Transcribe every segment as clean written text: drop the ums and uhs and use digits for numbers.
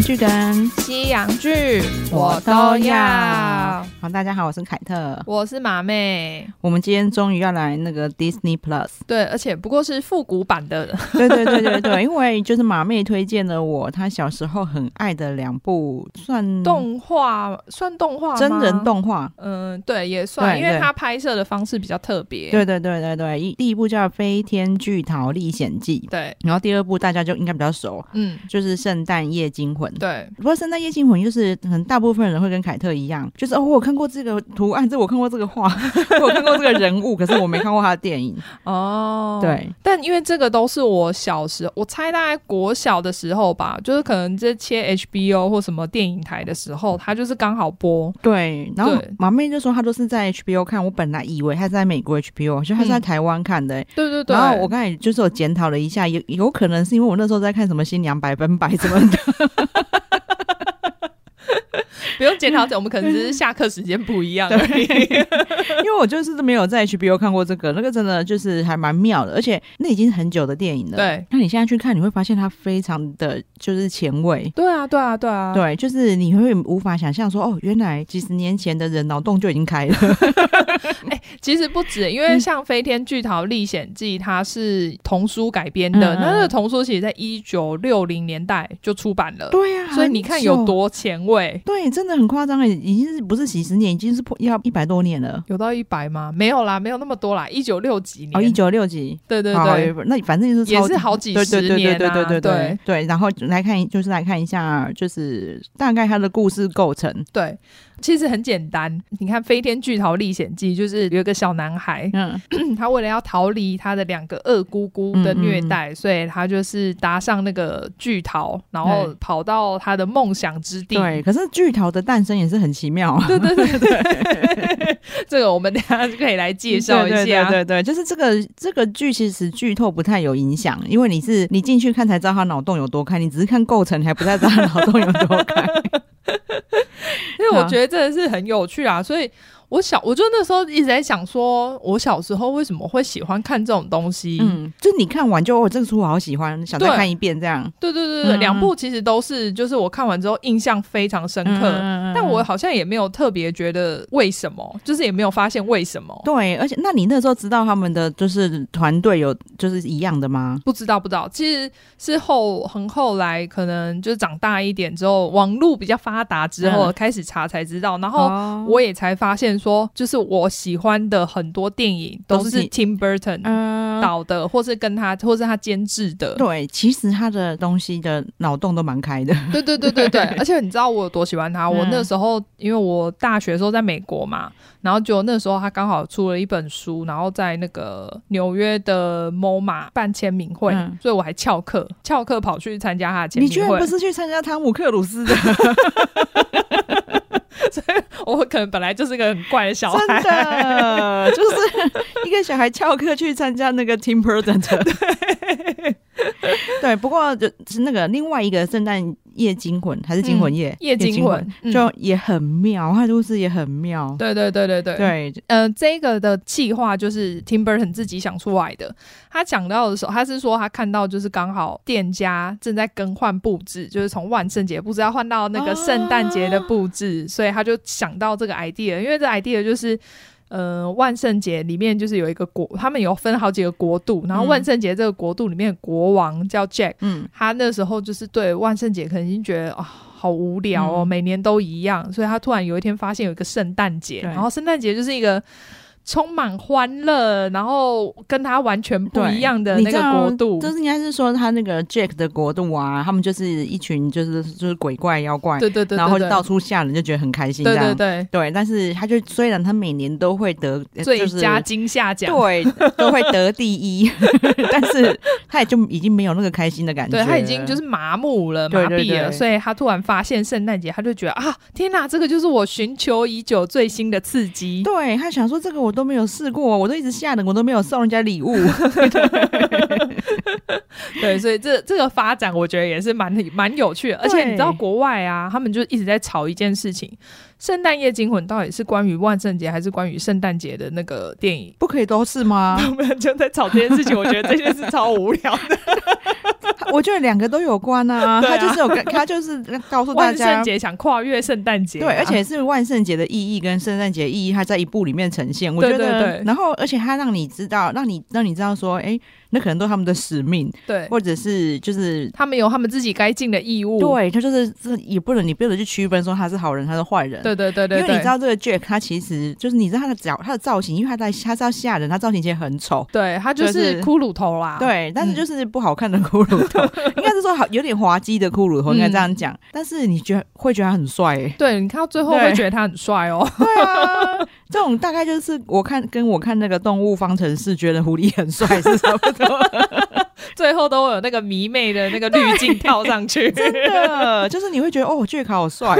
剧跟西洋剧我都要。 好，大家好，我是凯特， 我是马妹。 我们今天终于要来那个 Disney Plus， 对，而且不过是复古版的。 对对对对对，因为就是马妹推荐了我她小时候很爱的两部算动画吗？ 真人动画， 对，也算， 对因为它拍摄的方式比较特别。 对对对对对，第一部叫《飞天巨桃历险记》， 对， 然后第二部大家就应该比较熟，就是《圣诞夜惊魂》。 对， 不过《圣诞夜惊魂》就是可能大部分人会跟凯特一样，就是我有看过这个图案，我看过这个画，我有看过这个人物，可是我没看过他的电影。 哦， 对， 但因为这个都是我小时候，我猜大概国小的时候吧，就是可能这切 HBO 或什么电影台的时候，它就是刚好播。 对，然后马妹就说她都是在 HBO 看，我本来以为她是在美国 HBO， 就她是在台湾看的。 对对对。 然后我刚才就是有检讨了一下，有可能是因为我那时候在看什么新娘百分百什么的。 不用检讨，我们可能只是下课时间不一样而已。 因为我就是没有在 HBO 看过这个，那个真的就是还蛮妙的，而且那已经是很久的电影了。 对， 那你现在去看，你会发现它非常的就是前卫。 对啊，对啊，对啊， 对，就是你会无法想象说，哦，原来几十年前的人脑洞就已经开了。 其实不止，因为像《飞天巨桃历险记》，它是童书改编的，那个童书其实在1960年代就出版了。 对啊， 所以你看有多前卫。 对，真的很夸张，已经是不是几十年，已经是要100多年了。 有到100吗？没有啦，没有那么多啦，1960几年。 哦，1960几。对对对，那反正就是也是好几十年啊。 对对对对对对对。然后来看一下，就是大概它的故事构成。 对，其实很简单。你看《飞天巨桃历险记》，就是有一个小男孩，他为了要逃离他的2个恶姑姑的虐待，所以他就是搭上那个巨桃，然后跑到他的梦想之地。 对，可是巨桃的诞生也是很奇妙啊。 对对对对，这个我们等一下就可以来介绍一下。 对对对对，就是这个剧其实剧透不太有影响，因为你进去看才知道他脑洞有多开，你只是看构成还不太知道他脑洞有多开。 因为我觉得真的是很有趣啊，所以我就那时候一直在想说，我小时候为什么会喜欢看这种东西？ 就你看完就这个书我好喜欢，想再看一遍这样。 对对对对，2部其实都是，就是我看完之后印象非常深刻，但我好像也没有特别觉得为什么，就是也没有发现为什么。 对，而且那你那时候知道他们的就是团队有就是一样的吗？ 不知道，其实是很后来，可能就是长大一点之后，网络比较发达之后，开始查才知道，然后我也才发现说，就是我喜欢的很多电影都是 Tim Burton 导的，或是他监制的。 对，其实他的东西的脑洞都蛮开的。 对对对对对，而且你知道我有多喜欢他？我那时候因为我大学的时候在美国嘛，然后就那时候他刚好出了一本书，然后在那个纽约的 MoMA 办签名会，所以我还翘课跑去参加他的签名会。 你居然不是去参加汤姆克鲁斯的？ 所以我可能本来就是个很怪的小孩， 真的就是一个小孩翘课去参加那个 Tim Burton 的。对，不过就是那个另外一个圣诞夜惊魂还是惊魂夜， 夜惊魂就也很妙，它的故事也很妙。 对对对对对对， 这个的企划就是 Tim Burton 自己想出来的。他讲到的时候，他是说他看到就是刚好店家正在更换布置，就是从万圣节布置要换到那个圣诞节的布置，所以他就想到这个 idea， 因为这 idea 就是万圣节里面就是有一个他们有分好几个国度，然后万圣节这个国度里面的国王叫 Jack，他那时候就是对万圣节可能已经觉得好无聊哦，每年都一样，所以他突然有一天发现有一个圣诞节，然后圣诞节就是一个充满欢乐，然后跟他完全不一样的那个国度， 就是应该是说他那个 Jack 的国度啊，他们就是一群就是鬼怪妖怪， 对对 对， 对， 对， 然后就到处吓人，就觉得很开心，这样对对对对。但是他就虽然他每年都会得最佳惊吓奖， 对，都会得第一，但是他也就已经没有那个开心的感觉了， 对，他已经就是麻木了，麻痹了，对对对，所以他突然发现圣诞节，他就觉得天哪，这个就是我寻求已久最新的刺激。 对，他想说这个我都没有试过，我都一直吓人，我都没有送人家礼物。 对，所以这个发展我觉得也是蛮有趣的，而且你知道国外啊，他们就一直在吵一件事情，圣诞夜惊魂到底是关于万圣节还是关于圣诞节的那个电影？ 不可以都是吗？ 他们就在吵这件事情，我觉得这件事超无聊的。 我觉得两个都有关啊，他就是告诉大家万圣节想跨越圣诞节， 对，而且是万圣节的意义跟圣诞节的意义，他在一部里面呈现，我觉得， 对， 然后而且他让你知道说，那可能都是他们的使命， 对， 或者是就是他们有他们自己该尽的义务， 对，他就是你不能去区分说他是好人他是坏人， 对， 因为你知道这个 Jack 他其实就是你知道他的造型，因为他是要吓人，他造型其实很丑， 对，他就是骷髅头啦， 对，但是就是不好看的骷髅头，应该是说有点滑稽的骷髅头，应该这样讲，但是你会觉得他很帅对，你看到最后会觉得他很帅哦， 对啊，这种大概就是我看那个动物方程式觉得狐狸很帅是差不多最后都有那个迷妹的那个滤镜套上去真的就是你会觉得Jack好帅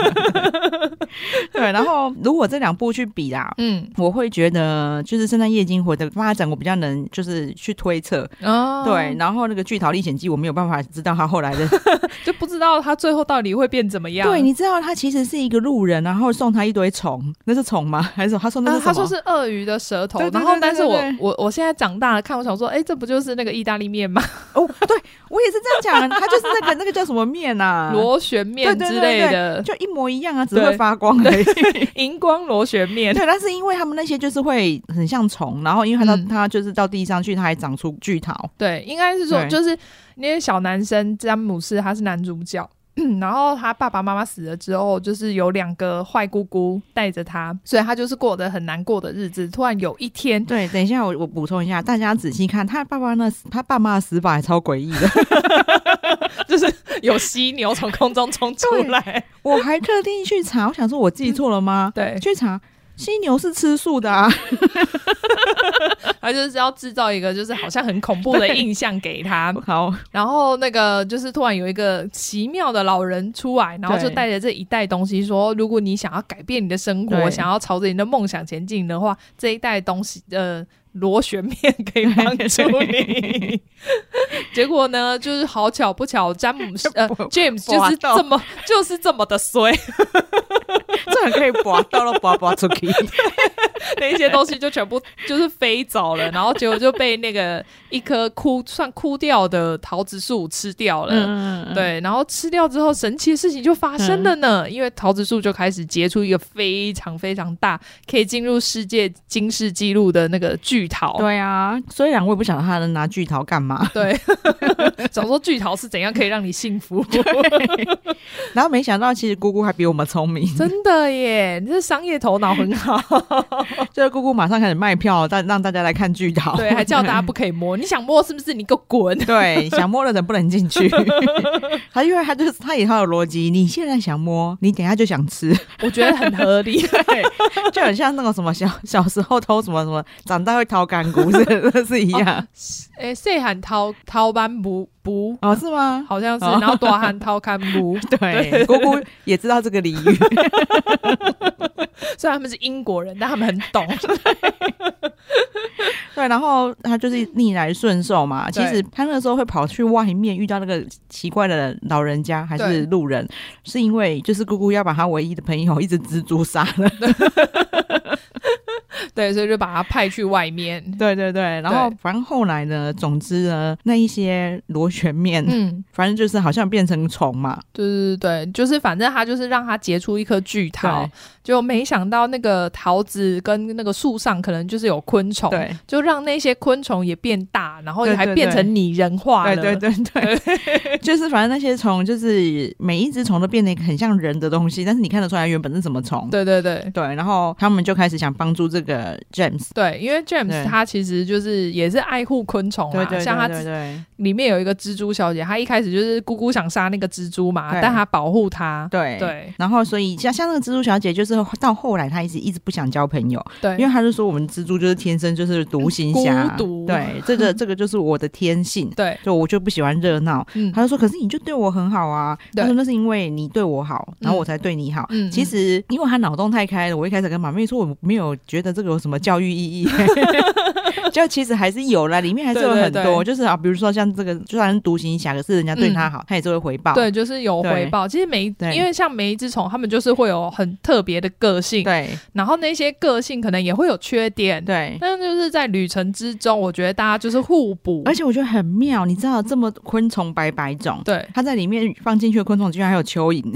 对，然后如果这两部去比啦，我会觉得就是圣诞夜惊魂的发展我比较能就是去推测对，然后那个巨桃历险记我没有办法知道他后来的就不知道他最后到底会变怎么样。 对，你知道他其实是一个路人，然后送他一堆虫，那是虫吗？还是他说那是什么？ 他说是鳄鱼的舌头。然后但是我现在长大了看，我想说这不就是那个意大利面吗？ 对，我也是这样讲，他就是那个叫什么面啊， 螺旋面之类的， 就一模一样啊，只会发光而已荧光螺旋面。 对，但是因为他们那些就是会很像虫，然后因为他就是到地上去他还长出巨桃。 对，应该是说就是那些小男生詹姆斯他是男主角然后他爸爸妈妈死了之后，就是有2个坏姑姑带着他，所以他就是过得很难过的日子。突然有一天， 对，等一下我补充一下，大家仔细看，他爸妈的死法还超诡异的就是有犀牛从空中冲出来。 我还特地去查，我想说我记错了吗？ 对， 去查。犀牛是吃素的啊他就是要制造一个就是好像很恐怖的印象给他。 好， 然后那个就是突然有一个奇妙的老人出来，然后就带着这一袋东西说，如果你想要改变你的生活，想要朝着你的梦想前进的话，这一袋东西螺旋面可以帮助你结果呢就是好巧不巧James 就是这么的衰这很可以拔到了拔出去那一些东西就全部就是飞走了，然后结果就被那个一棵算枯掉的桃子树吃掉了对，然后吃掉之后神奇的事情就发生了呢因为桃子树就开始结出一个非常非常大可以进入世界金氏纪录的那个巨桃。 对啊，虽然我也不晓得他能拿巨桃干嘛对想说巨桃是怎样可以让你幸福然后没想到其实姑姑还比我们聪明， 真的耶，你这商业头脑很好就是姑姑马上开始卖票让大家来看巨桃， 对，还叫大家不可以摸你想摸是不是你给我滚对，想摸的人不能进去他因为他也很有逻辑，你现在想摸你等一下就想吃，我觉得很合理对，就很像那种什么小时候偷什么长大会掏干菇是一样细汉偷班不是吗？ 好像是然后大汉偷干菇对，姑姑也知道这个俚语虽然他们是英国人但他们很懂对，然后他就是逆来顺受嘛，其实他那时候会跑去外面遇到那个奇怪的老人家还是路人，是因为就是姑姑要把他唯一的朋友一只蜘蛛杀了对，所以就把他派去外面。 对，然后反正后来呢，总之呢，那一些螺旋面，反正就是好像变成虫嘛。 对，就是反正他就是让他结出一颗巨桃，就没想到那个桃子跟那个树上可能就是有昆虫，对，就让那些昆虫也变大，然后还变成拟人化了。 对，就是反正那些虫就是每一只虫都变得很像人的东西，但是你看得出来原本是什么虫。对，然后他们就开始想帮助这个 James。 对，因为 James 他其实就是也是爱护昆虫嘛， 对， 像他里面有一个蜘蛛小姐，她一开始就是姑姑想杀那个蜘蛛嘛，但她保护她。对， 然后所以像那个蜘蛛小姐，就是到后来她一直不想交朋友， 对， 因为她就说我们蜘蛛就是天生就是独行侠， 孤独， 对，这个就是我的天性， 对， 就我就不喜欢热闹。她就说，可是你就对我很好啊。她说那是因为你对我好，然后我才对你好。其实因为她脑洞太开了，我一开始跟马妹说我没有觉得这个有什么教育意义就其实还是有啦，里面还是有很多，对对对，就是比如说像这个就算是独行侠，可是人家对他好，他也是会回报， 对，就是有回报。其实因为像每一只虫他们就是会有很特别的个性， 对， 然后那些个性可能也会有缺点， 对， 但就是在旅程之中我觉得大家就是互补， 而且我觉得很妙，你知道这么昆虫百种， 对， 它在里面放进去的昆虫居然还有蚯蚓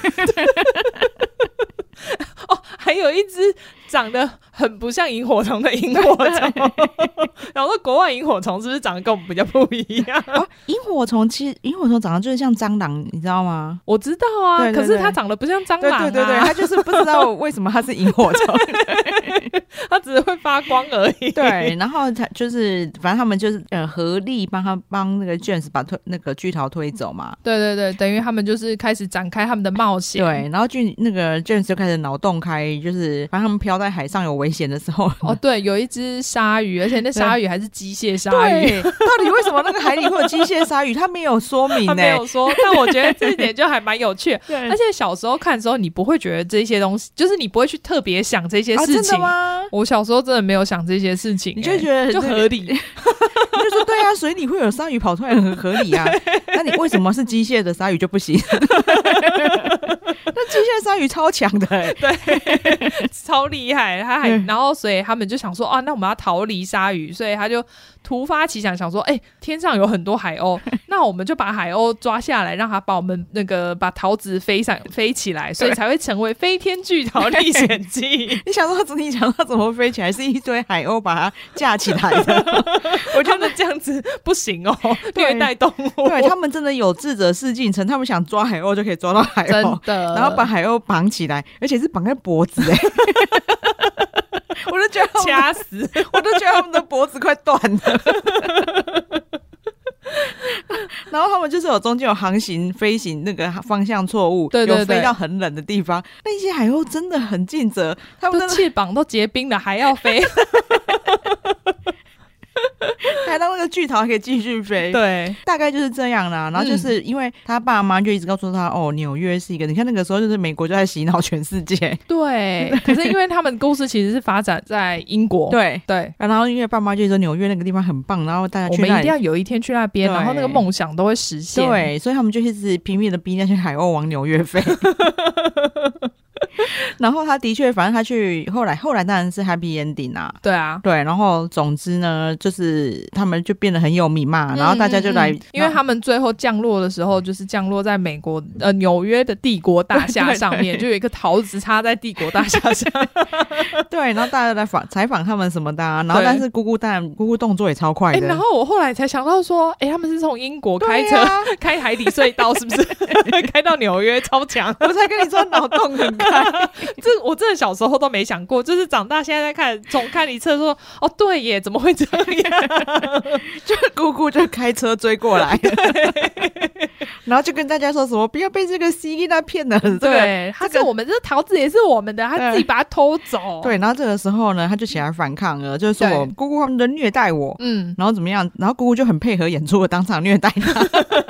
哦，还有一只长得很不像萤火虫的萤火虫然后国外萤火虫是不是长得跟我们比较不一样萤火虫其实萤火虫长得就是像蟑螂，你知道吗？ 我知道啊，对对对，可是它长得不像蟑螂啊， 对对对对，它就是不知道为什么它是萤火虫它只是会发光而已。 对，然后它就是反正他们就是合力帮那个 James 把那个巨桃推走嘛。 对对对，等于他们就是开始展开他们的冒险。 对，然后那个 James 就开始脑洞开，就是反正他们飘在海上有危险的时候哦对，有一只鲨鱼，而且那鲨鱼还是机械鲨鱼。 对，到底为什么那个海里会有机械鲨鱼？他没有说明他没有说，但我觉得这一点就还蛮有趣而且小时候看的时候你不会觉得这些东西，就是你不会去特别想这些事情。 真的吗？ 我小时候真的没有想这些事情， 你就觉得就合理你就说对啊，水里会有鲨鱼跑出来很合理啊那你为什么是机械的鲨鱼就不行那机械鲨鱼超强的对超厉害，他还然后所以他们就想说啊，那我们要逃离鲨鱼，所以他就突发奇想说天上有很多海鸥那我们就把海鸥抓下来，让它把我们那个把桃子飞起来，所以才会成为飞天巨桃历险记你想说它怎么飞起来，是一堆海鸥把它架起来的我觉得这样子不行哦，虐待动物。 对，他们真的有志者事竟成，他们想抓海鸥就可以抓到海鸥， 真的， 然后把海鸥绑起来，而且是绑在脖子我就觉得掐死我都觉得他们的脖子快断了然后他们就是中间有飞行那个方向错误，对对对，有飞到很冷的地方，那些海鸥真的很尽责，他们都翅膀都结冰了还要飞还让那个巨桃可以继续飞， 对， 大概就是这样啦。然后就是因为他爸妈就一直告诉他纽约是一个，你看那个时候就是美国就在洗脑全世界， 对可是因为他们故事其实是发展在英国， 对对， 然后因为爸妈就说纽约那个地方很棒，然后大家去那里， 我们一定要有一天去那边，然后那个梦想都会实现， 对，所以他们就一直拼命的逼那些海鸥往纽约飞然后他的确反正他去后来当然是 happy ending 啊， 对啊， 对，然后总之呢就是他们就变得很有名嘛，然后大家就来因为他们最后降落的时候就是降落在美国纽约的帝国大厦上面就有一个桃子插在帝国大厦上对，然后大家来采访他们什么的然后但是姑姑动作也超快的然后我后来才想到说他们是从英国开车开海底隧道是不是开到纽约，超强我才跟你说脑洞很开这我真的小时候都没想过，就是长大现在在看总看你车说对耶怎么会这样就姑姑就开车追过来然后就跟大家说什么不要被这个蜥蜴那骗了， 对，他是我们这桃子也是我们的，他自己把它偷走， 对，然后这个时候呢他就起来反抗了，就是说我姑姑他们的虐待我然后怎么样，然后姑姑就很配合演出的当场虐待他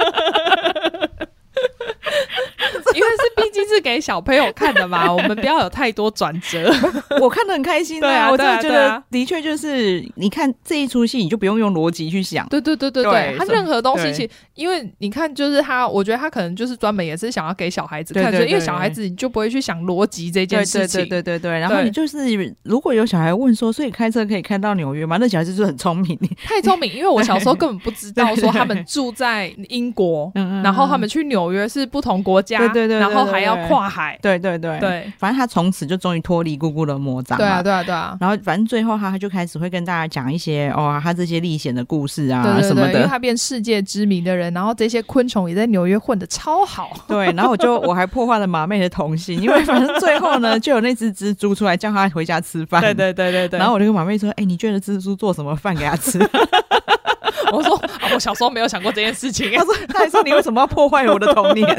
因为是毕竟是给小朋友看的嘛我们不要有太多转折我看得很开心对啊， 我真的觉得的确就是你看这一出戏你就不用逻辑去想， 对对对对对，他任何东西其实因为你看就是他我觉得他可能就是专门也是想要给小孩子看，所以因为小孩子你就不会去想逻辑这件事情， 对对对对对，然后你就是如果有小孩问说所以开车可以开到纽约吗，那小孩子就很聪明太聪明，因为我小时候根本不知道说他们住在英国然后他们去纽约是不同国家，对对对，然后还要跨海， 对对对对，反正他从此就终于脱离姑姑的魔掌嘛， 对啊对啊对啊， 然后反正最后他就开始会跟大家讲一些他这些历险的故事啊，对对对，什么的， 因为他变世界知名的人，然后这些昆虫也在纽约混得超好对，然后我还破坏了马妹的童心因为反正最后呢就有那只蜘蛛出来叫他回家吃饭， 对对对对对， 然后我就跟马妹说你觉得蜘蛛做什么饭给他吃我说我小时候没有想过这件事情他还说你为什么要破坏我的童年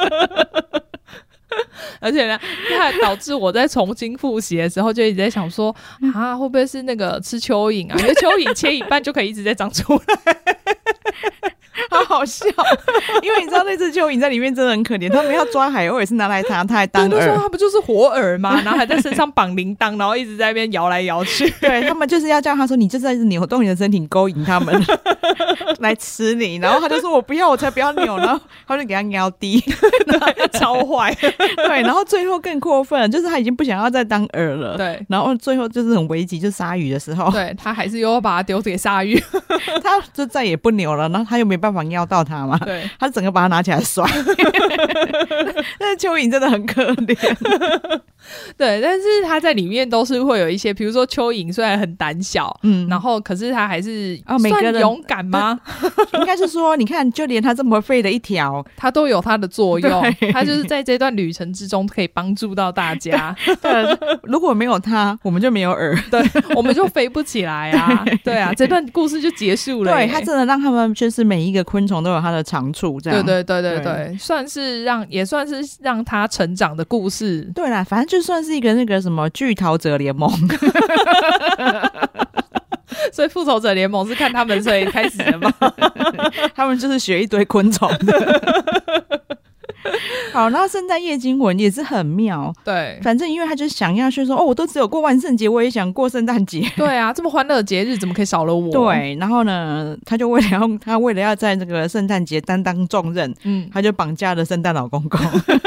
而且呢它还导致我在重新复习的时候就一直在想说会不会是那个吃蚯蚓啊，因为蚯蚓切一半就可以一直在长出来好好笑，因为你知道那只蚯蚓在里面真的很可怜，他们要抓海鸥也是拿来它还当对， 饵， 说他不就是活饵吗？然后还在身上绑铃铛，然后一直在那边摇来摇去。 对，他们就是要叫他说你就是在扭动你的身体勾引他们来吃你，然后他就说我不要，我才不要扭，然后他就给他咬低， 超坏。 对，然后最后更过分，就是他已经不想要再当饵了， 对， 然后最后就是很危急，就鲨鱼的时候， 对，他还是又要把它丢给鲨鱼， 他就再也不扭了，然后他又没办法咬到他嘛， 对， 他整个把它拿起来甩，那蚯蚓真的很可怜。 对，但是他在里面都是会有一些，比如说蚯蚓虽然很胆小，然后可是他还是每个人算勇敢吗？ 应该是说，你看，就连他这么废的一条， 他都有他的作用，他就是在这段旅程之中可以帮助到大家。 对，如果没有他，我们就没有饵， 对，我们就飞不起来啊。对啊，这段故事就结束了。 对，他真的让他们就是每一个昆虫都有它的长处，这样。 对对对对对，也算是让他成长的故事。 对啦，反正就算是一个那个什么巨逃者联盟。 所以复仇者联盟是看他们所以开始的吗？ 他们就是学一堆昆虫的。好，然后圣诞夜惊魂也是很妙， 对， 反正因为他就想要去说，我都只有过万圣节，我也想过圣诞节。 对啊，这么欢乐的节日怎么可以少了我？ 对，然后呢，他为了要在这个圣诞节担当重任，他就绑架了圣诞老公公。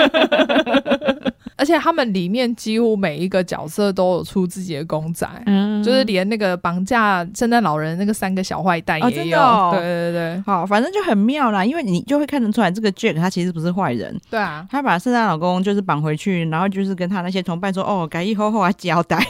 而且他们里面几乎每一个角色都有出自己的公仔，就是连那个绑架圣诞老人那个3个小坏蛋也有。对对对， 好，反正就很妙啦，因为你就会看得出来，这个 Jack 他其实不是坏人。 对啊， 他把圣诞老公就是绑回去，然后就是跟他那些同伴说，改以后啊交代。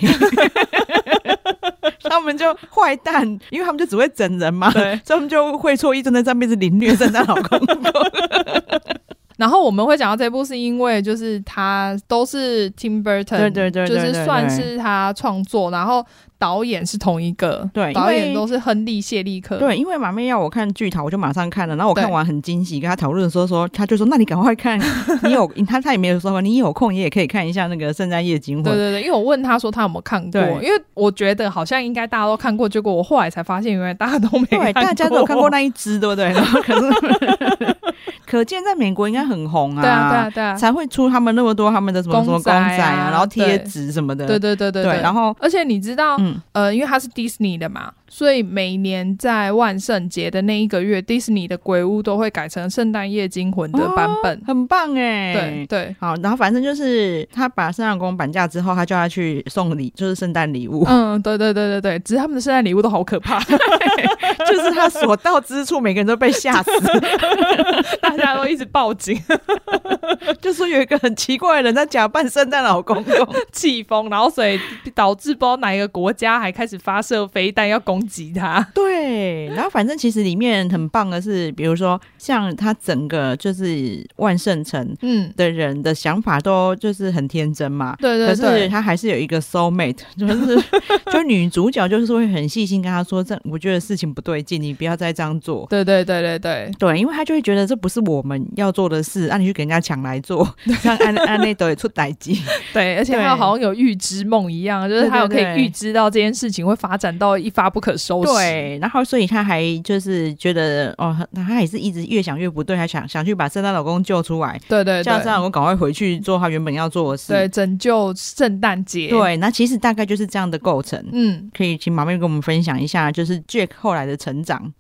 他们就坏蛋，因为他们就只会整人嘛，所以他们就会错意正在上面是凌虐圣诞老公公。 然后我们会讲到这部是因为就是他都是 Tim Burton， 对， 就是算是他创作，然后导演是同一个， 对， 导演都是亨利谢利克。 对，因为马妹要我看巨桃，我就马上看了，然后我看完很惊喜，跟他讨论的时候他就说那你赶快看，你有他也没有说你有空也可以看一下那个圣诞夜惊魂。 对对对，因为我问他说他有没有看过，因为我觉得好像应该大家都看过，结果我后来才发现原来大家都没看过， 对，大家都有看过那一支，对不对？然后可是可见在美国应该很红啊， 对啊对啊对啊， 才会出他们那么多他们的什么公仔啊，然后贴纸什么的， 对对对对对， 然后而且你知道，因为它是 Disney 的嘛，所以每年在万圣节的那一个月，Disney 的鬼屋都会改成圣诞夜惊魂的版本， 很棒哎， 对对， 好，然后反正就是他把圣诞老公绑架之后，他叫他去送礼，就是圣诞礼物， 对对对对对，只是他们的圣诞礼物都好可怕， 就是他所到之处，每个人都被吓死， 大家都一直报警， 就说有一个很奇怪的人在假扮圣诞老公公， 气疯，然后所以导致不知道哪一个国家还开始发射飞弹要攻击他。 对，然后反正其实里面很棒的是，比如说像他整个就是万圣城的人的想法都就是很天真嘛， 对对对， 可是他还是有一个 soul mate， 就女主角就是会很细心跟他说，我觉得事情不对劲，你不要再这样做。 对对对对对对，因为他就会觉得这不是我们要做的事，你去给人家抢来做，像安内都也出代志。 对，而且他好像有预知梦一样，就是他有可以预知到这件事情会发展到一发不可收拾。 对，然后所以他还就是觉得他也是一直越想越不对，他想去把圣诞老公救出来， 对对对， 叫圣诞老公赶快回去做他原本要做的事， 对，拯救圣诞节。 对，那其实大概就是这样的构成。可以请马妹跟我们分享一下，就是 Jack 后来的成长。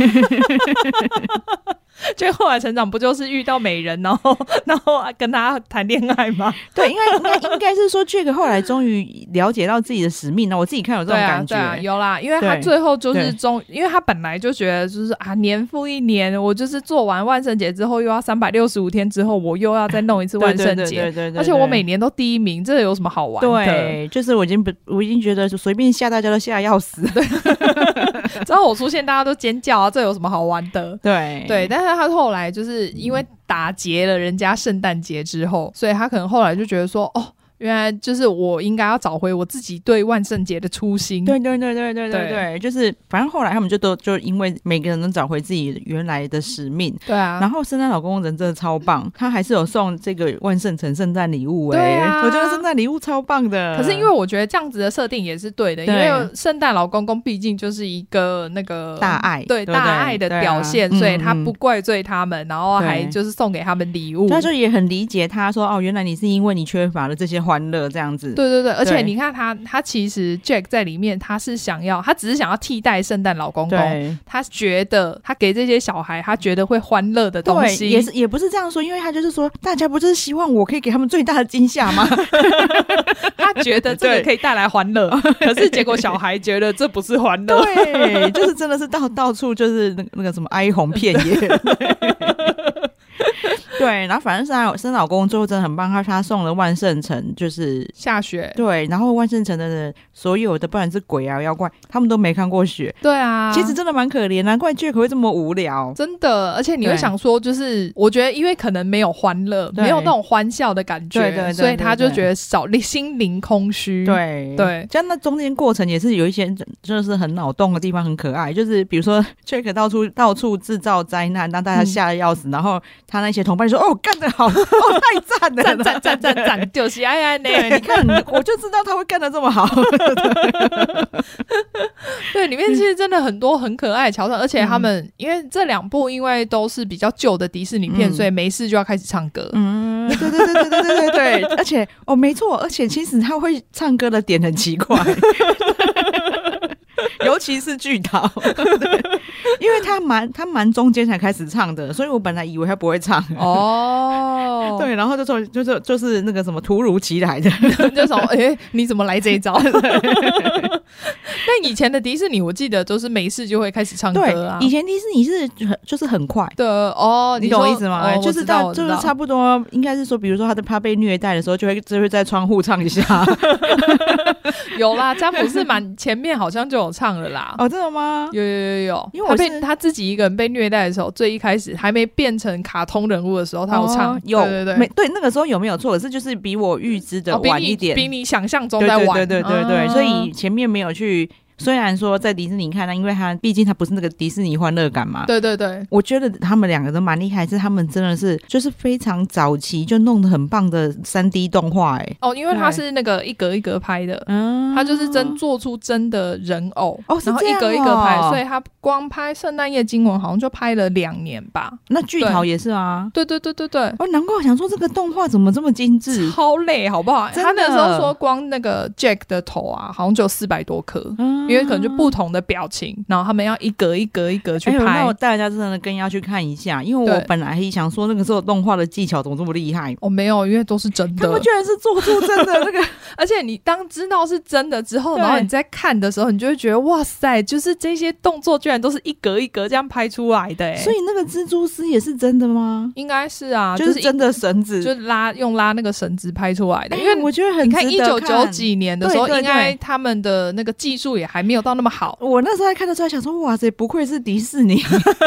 就后来成长不就是遇到美人，然后跟他谈恋爱吗？ 对，应该是说 Jack 后来终于了解到自己的使命了。我自己看有这种感觉， 对啊，有啦，因为他最后就是因为他本来就觉得就是年复一年，我就是做完万圣节之后又要365天之后，我又要再弄一次万圣节，对，而且我每年都第一名，这有什么好玩的？ 对，就是我已经觉得随便吓大家都吓要死， 只要我出现大家都尖叫啊，这有什么好玩的？对，但是他后来就是因为打劫了人家圣诞节之后，所以他可能后来就觉得说， 原来就是我应该要找回我自己对万圣节的初心。 对，就是反正后来他们就因为每个人能找回自己原来的使命。 对啊， 然后圣诞老公公人真的超棒，他还是有送这个万圣城圣诞礼物。 对啊， 我觉得圣诞礼物超棒的。 可是因为我觉得这样子的设定也是对的，因为圣诞老公公毕竟就是一个那个大爱， 对大爱的表现，所以他不怪罪他们，然后还就是送给他们礼物。 他就也很理解他说，原来你是因为你缺乏了这些欢乐这样子。 对，而且你看他其实 Jack 在里面他只是想要替代圣诞老公公，他觉得他给这些小孩他觉得会欢乐的东西。 也不是这样说，因为他就是说大家不就是希望我可以给他们最大的惊吓吗？ 他觉得这个可以带来欢乐，可是结果小孩觉得这不是欢乐。 对，就是真的是到处就是那个什么哀鸿遍野。对，然后反正圣诞老公最后真的很棒，他送了万圣城就是下雪。 对，然后万圣城的所有的不管是鬼啊妖怪，他们都没看过雪。 对啊， 其实真的蛮可怜，难怪 Jack 会这么无聊。 真的，而且你会想说，就是我觉得因为可能没有欢乐，没有那种欢笑的感觉，对，所以他就觉得心灵空虚。对， 这样那中间过程也是有一些就是很脑洞的地方，很可爱。就是比如说 Jack 到处制造灾难，让大家吓得要死，然后他那些同伴说：“干得好，太赞了， 赞，就是哎呢。” 你看，我就知道他会干得这么好。 对，里面其实真的很多很可爱的桥段，而且他们因为这两部因为都是比较旧的迪士尼片，所以没事就要开始唱歌。 对，而且没错，而且其实他会唱歌的点很奇怪。尤其是巨桃，因为他蛮中间才开始唱的，所以我本来以为他不会唱哦。对，然后就是那个什么突如其来的， 就说你怎么来这一招？但以前的迪士尼我记得都是没事就会开始唱歌啊。 以前迪士尼就是很快的哦， 你懂我意思吗？就是差不多，应该是说，比如说他被虐待的时候，就会在窗户唱一下。 有啦，詹姆斯前面好像就有唱了啦。 真的吗？ 有，因为他自己一个人被虐待的时候，最一开始还没变成卡通人物的时候，他有唱。 对，那个时候有没有错？可是就是比我预知的晚一点， 比你想象中在晚。 对，所以前面没有去。虽然说在迪士尼看呢，因为毕竟它不是那个迪士尼欢乐感嘛。 对， 我觉得他们两个都蛮厉害，是他们真的是就是非常早期就弄得很棒的 3D 动画因为他是那个一格一格拍的，他就是做出真的人偶然后一格一格拍，所以他光拍圣诞夜惊魂好像就拍了2年吧。 那巨桃也是啊。 对， 难怪我想说这个动画怎么这么精致， 超累好不好？他那时候说光那个 Jack 的头啊好像就400多颗，因为可能就不同的表情，然后他们要一格一格一格去拍。 那我大家真的更要去看一下，因为我本来想说那个时候动画的技巧怎么这么厉害。 没有，因为都是真的。 他们居然是做出真的那个， 而且你当知道是真的之后，然后你在看的时候，你就会觉得哇塞，就是这些动作居然都是一格一格这样拍出来的。 所以那个蜘蛛丝也是真的吗？ 应该是啊， 就是真的绳子， 就用拉那个绳子拍出来的。因为我觉得很值得看。 你看1990几年的时候，应该他们的那个技术也还没有到那么好。 我那时候还看得出来，想说哇塞，不愧是迪士尼。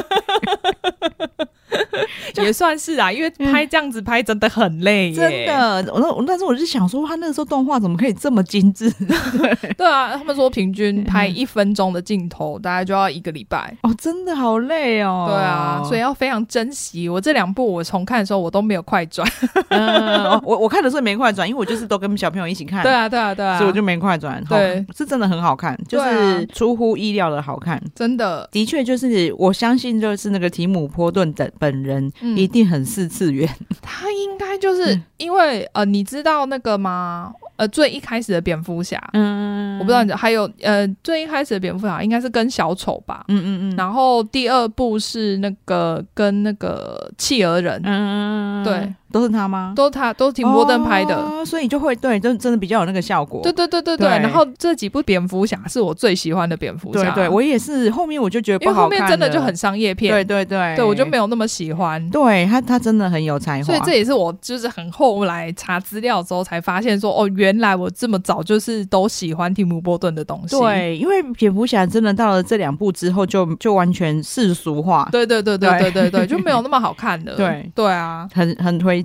也算是啊，因为拍这样子拍真的很累耶， 真的。但是我就想说，他那个时候动画怎么可以这么精致？ 对啊，他们说平均拍1分钟的镜头，大概就要1个礼拜。 真的好累哦。 对啊，所以要非常珍惜。我这2部我重看的时候，我都没有快转。 我看的时候没快转，因为我就是都跟小朋友一起看。 对啊， 所以我就没快转。对，是真的很好看，就是出乎意料的好看。 真的， 的确就是我相信，就是那个提姆波顿的本人一定很4次元。 他应该就是因为你知道那个吗？最一开始的蝙蝠侠，我不知道你还有最一开始的蝙蝠侠应该是跟小丑吧，然后第2部是那个跟那个企鹅人，对， 都是他吗？ 都是提姆波顿拍的， 所以就会对，真的比较有那个效果。 对。然后这几部蝙蝠侠是我最喜欢的蝙蝠侠， 对，我也是。后面我就觉得不好看了， 因为后面真的就很商业片， 对， 我就没有那么喜欢。 对他真的很有才华， 所以这也是我就是很后来查资料之后才发现说，原来我这么早就是都喜欢提姆波顿的东西。 对，因为蝙蝠侠真的到了这2部之后就完全世俗化。 对，就没有那么好看了。对啊， 很推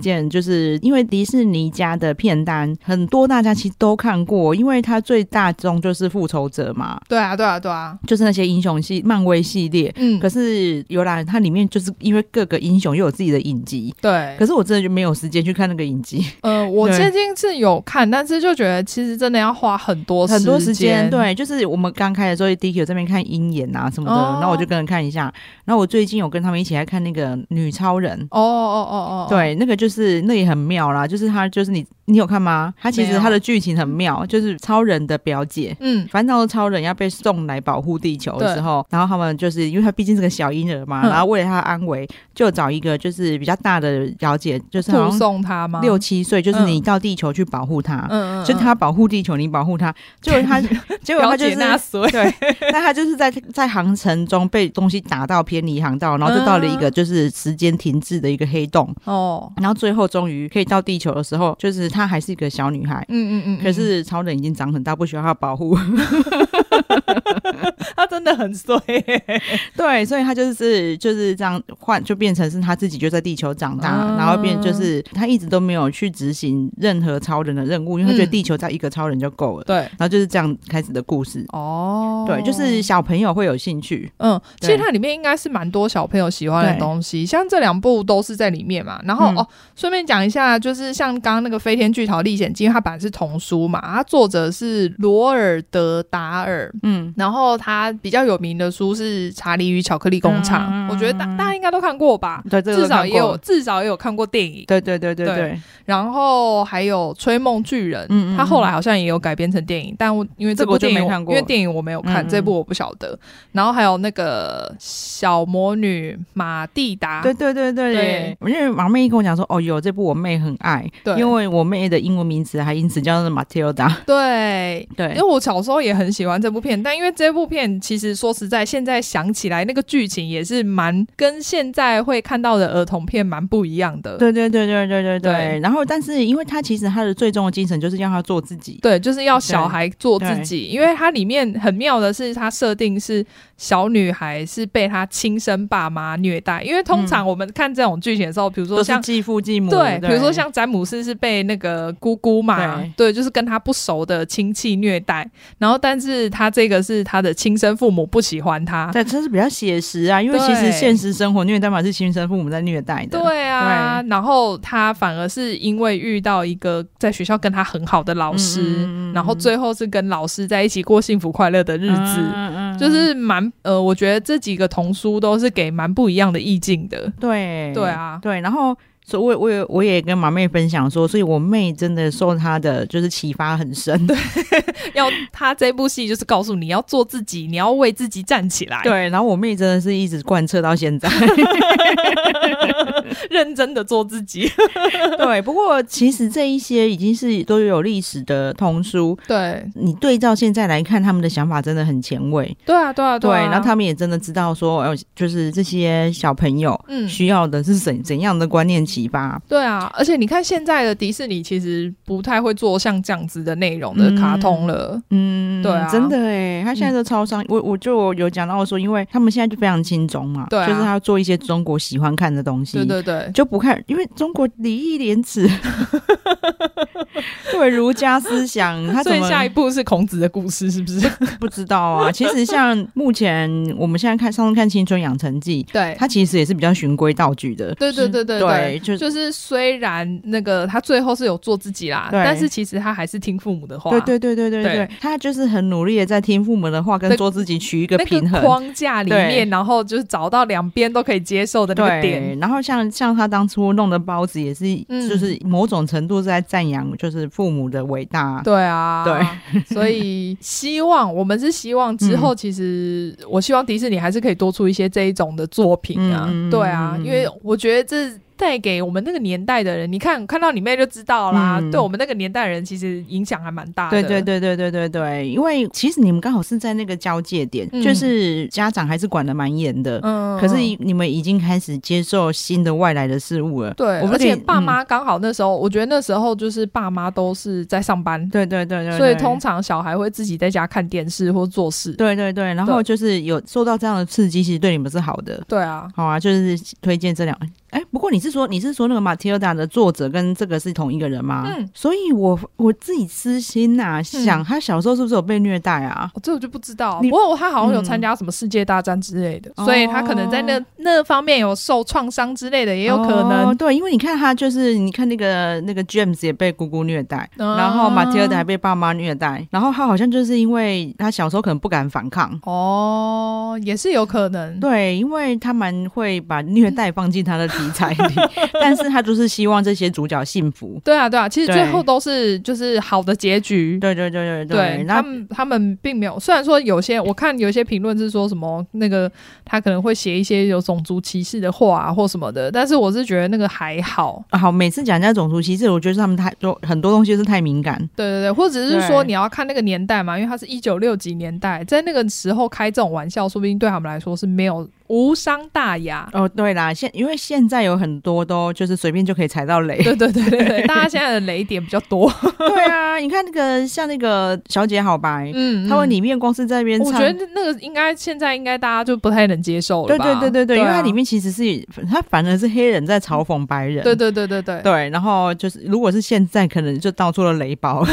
荐，就是因为迪士尼家的片单很多大家其实都看过，因为它最大宗就是复仇者嘛。 对啊对啊对啊， 就是那些英雄系漫威系列。可是有啦，它里面就是因为各个英雄又有自己的影集。 对， 可是我真的就没有时间去看那个影集。 我最近是有看，但是就觉得其实真的要花很多时间。 对，就是我们刚开的时候 DQ 这边看鹰眼啊什么的，然后我就跟人看一下。然后我最近有跟他们一起来看那个女超人。对，那个就是那也很妙啦，就是他就是你有看吗？他其实他的剧情很妙，就是超人的表姐烦恼的超人要被送来保护地球的时候，然后他们就是因为他毕竟是个小婴儿嘛，然后为了他的安危就找一个就是比较大的表姐，就是好像护送他吗 ？6、7岁，就是你到地球去保护他，就他保护地球，你保护他，结果他就是对，但他就是在航程中被东西打到偏离航道，然后就到了一个就是时间停滞的一个黑洞然后最后终于可以到地球的时候，就是她还是一个小女孩，可是超人已经长很大，不需要她保护。 他真的很衰对，所以他就是这样换，就变成是他自己就在地球长大，然后变就是他一直都没有去执行任何超人的任务，因为他觉得地球在一个超人就够了。对，然后就是这样开始的故事。对，就是小朋友会有兴趣。 其实它里面应该是蛮多小朋友喜欢的东西，像这2部都是在里面嘛。然后顺便讲一下，就是像刚刚那个《飞天巨桃历险记》，它本来是童书嘛，它作者是罗尔德达尔，然后他比较有名的书是《查理与巧克力工厂》，我觉得大家应该都看过吧？ 对， 至少也有看过电影。 对。 然后还有《吹梦巨人》，他后来好像也有改编成电影，但因为这部电影因为电影我没有看，这部我不晓得。然后还有那个小魔女马蒂达， 对，因为马妹跟我讲说，有这部我妹很爱，因为我妹的英文名字还因此叫做 Matilda。 对，因为我小时候也很喜欢这部片，但因为这部片其实说实在，现在想起来那个剧情也是蛮跟现在会看到的儿童片蛮不一样的。 对。然后，但是因为他其实他的最终的精神就是让他做自己， 对，就是要小孩做自己。因为它里面很妙的是，它设定是小女孩是被她亲生爸妈虐待。因为通常我们看这种剧情的时候，比如说像都是继父继母， 对，比如说像詹姆斯是被那个姑姑嘛，对，就是跟他不熟的亲戚虐待。然后，但是他这个是他的亲生父母不喜欢他， 对，这是比较写实啊。因为其实现实生活虐待嘛是亲生父母在虐待的， 对啊。然后他反而是因为遇到一个在学校跟他很好的老师，然后最后是跟老师在一起过幸福快乐的日子，就是蛮我觉得这几个童书都是给蛮不一样的意境的。对啊， 对，然后。所以我也跟马妹分享说，所以我妹真的受她的就是启发很深。对， 她这部戏就是告诉你要做自己，你要为自己站起来。 对，然后我妹真的是一直贯彻到现在， 认真的做自己。 对，不过其实这一些已经是都有历史的童书，对，你对照现在来看，他们的想法真的很前卫。对，然后他们也真的知道说，就是这些小朋友需要的是怎样的观念启发。 对啊，而且你看现在的迪士尼其实不太会做像这样子的内容的卡通了。对啊， 真的耶，他现在的超商，我就有讲到说，因为他们现在就非常轻松嘛，对，就是他要做一些中国喜欢看的东西，对，就不看，因为中国礼义廉耻，对，儒家思想， 所以下一步是孔子的故事，是不是？ 不知道啊。其实像目前我们现在上次看《青春养成记》，对，他其实也是比较循规蹈矩的。 对，就是虽然那个他最后是有做自己啦，但是其实他还是听父母的话。 对，他就是很努力的在听父母的话跟做自己取一个平衡、 那个框架里面，然后就是找到两边都可以接受的那个点。 然后像他当初弄的包子也是，就是某种程度是在赞扬就是父母的伟大。 对啊，对，所以我们是希望之后，其实我希望迪士尼还是可以多出一些这一种的作品啊。对啊，因为我觉得这带给我们那个年代的人，你看到里面就知道啦，对我们那个年代的人其实影响还蛮大的。 对，因为其实你们刚好是在那个交界点，就是家长还是管得蛮严的，可是你们已经开始接受新的外来的事物了。 对，而且爸妈刚好那时候，我觉得那时候就是爸妈都是在上班，对，所以通常小孩会自己在家看电视或做事。对， 然后就是有受到这样的刺激，其实对你们是好的。 对啊， 好啊，就是推荐这两不过你是说那个 Matilda 的作者跟这个是同一个人吗？所以我自己私心啊，想他小时候是不是有被虐待啊？ 这我就不知道，不过他好像有参加什么世界大战之类的，所以他可能在那方面有受创伤之类的，也有可能。 对，因为你看他就是你看那个 James 也被姑姑虐待，然后 Matilda 还被爸妈虐待，然后他好像就是因为他小时候可能不敢反抗。 也是有可能。 对，因为他们会把虐待放进他的题材里但是他就是希望这些主角幸福。 对啊其实最后都是就是好的结局。 对， 他们并没有，虽然说我看有些评论是说什么那个他可能会写一些有种族歧视的话或什么的，但是我是觉得那个还好。 好，每次讲人家种族歧视，我觉得他们很多东西是太敏感。 对，或者是说你要看那个年代嘛，因为它是1960几年代，在那个时候开这种玩笑，说不定对他们来说是没有无伤大雅。 对啦，因为现在有很多都就是随便就可以踩到雷。 对，大家现在的雷点比较多。 对啊，你看像那个小姐好白，他们里面光是在那边唱， 我觉得那个现在应该大家就不太能接受了吧。 对，因为它里面其实是它反而是黑人在嘲讽白人。对，然后就是如果是现在可能就到处的雷包。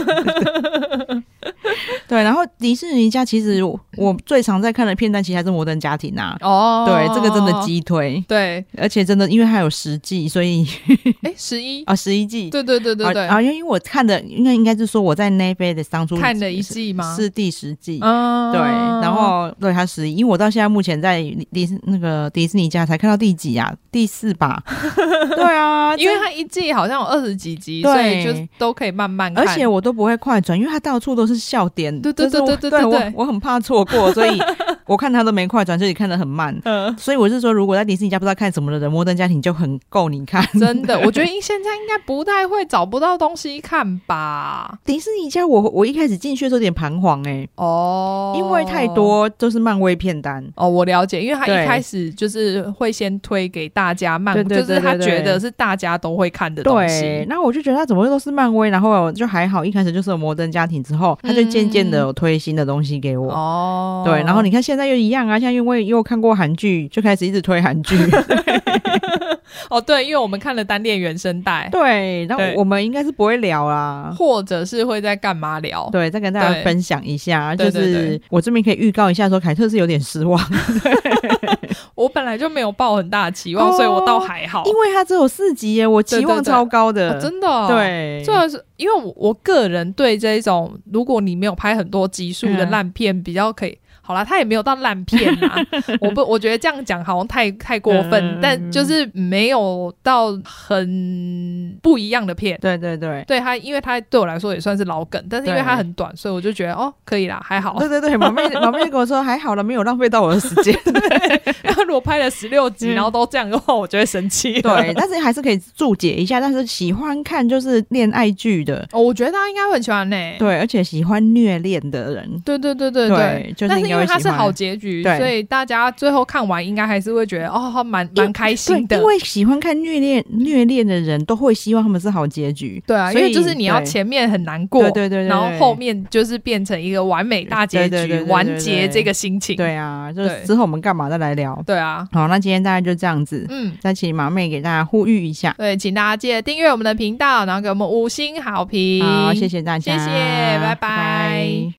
对，然后迪士尼家其实我最常在看的片段其实还是摩登家庭啊。对，这个真的激推。 对， 而且真的因为它有10季，所以11季。对，因为我看的应该是说我在 Netflix 当初看了1季吗？ 是第10季。对，然后对它11，因为我到现在目前在那个迪士尼家才看到第几啊？第4吧。对啊， 因为它1季好像有20几集，所以就都可以慢慢看， 而且我都不会快转，因为它到处都是笑点。 对， 我很怕错过，所以我看它都没快转，所以看得很慢。所以我是说，如果在迪士尼家不知道看什么的人，摩登家庭就很够你看。 真的，我觉得现在应该不太会找不到东西看吧。 迪士尼家我一开始进去的时候有点彷徨因为太多都是漫威片单。 我了解，因为他一开始就是会先推给大家就是他觉得是大家都会看的东西。 对，然后我就觉得他怎么都是漫威，然后就还好，一开始就是有摩登家庭之后，他就渐渐的有推新的东西给我。对，然后你看现在又一样啊，现在因为又看过韩剧，就开始一直推韩剧。 对，因为我们看了单恋原声带。 对，然后我们应该是不会聊啦， 或者是会在干嘛聊。 对，再跟大家分享一下。就是我这边可以预告一下说凯特是有点失望。 我本来就没有抱很大的期望，所以我倒还好， 因为它只有4集耶，我期望超高的。 真的。 对， 主要是因为我个人对这一种如果你没有拍很多集数的烂片比较可以。好啦，他也没有到烂片啦。我觉得这样讲好像太过分，但就是没有到很不一样的片。对，他因为他对我来说也算是老梗，但是因为他很短，所以我就觉得可以啦，还好。 对，毛妹跟我说还好了，没有浪费到我的时间。 然后如果拍了16集，然后都这样的话，我就会生气。 对，但是还是可以注解一下。但是喜欢看就是恋爱剧的， 我觉得大家应该会很喜欢对，而且喜欢虐恋的人， 对， 就是因为它是好结局，所以大家最后看完应该还是会觉得蛮开心的。 因为喜欢看虐恋的人都会希望他们是好结局。 对啊，因为就是你要前面很难过，对，然后后面就是变成一个完美大结局，完结这个心情。 对啊，就是之后我们干嘛再来聊。 对啊， 好，那今天大概就这样子。再请马妹给大家呼吁一下。 对，请大家记得订阅我们的频道，然后给我们5星好评。 好，谢谢大家， 谢谢，拜拜。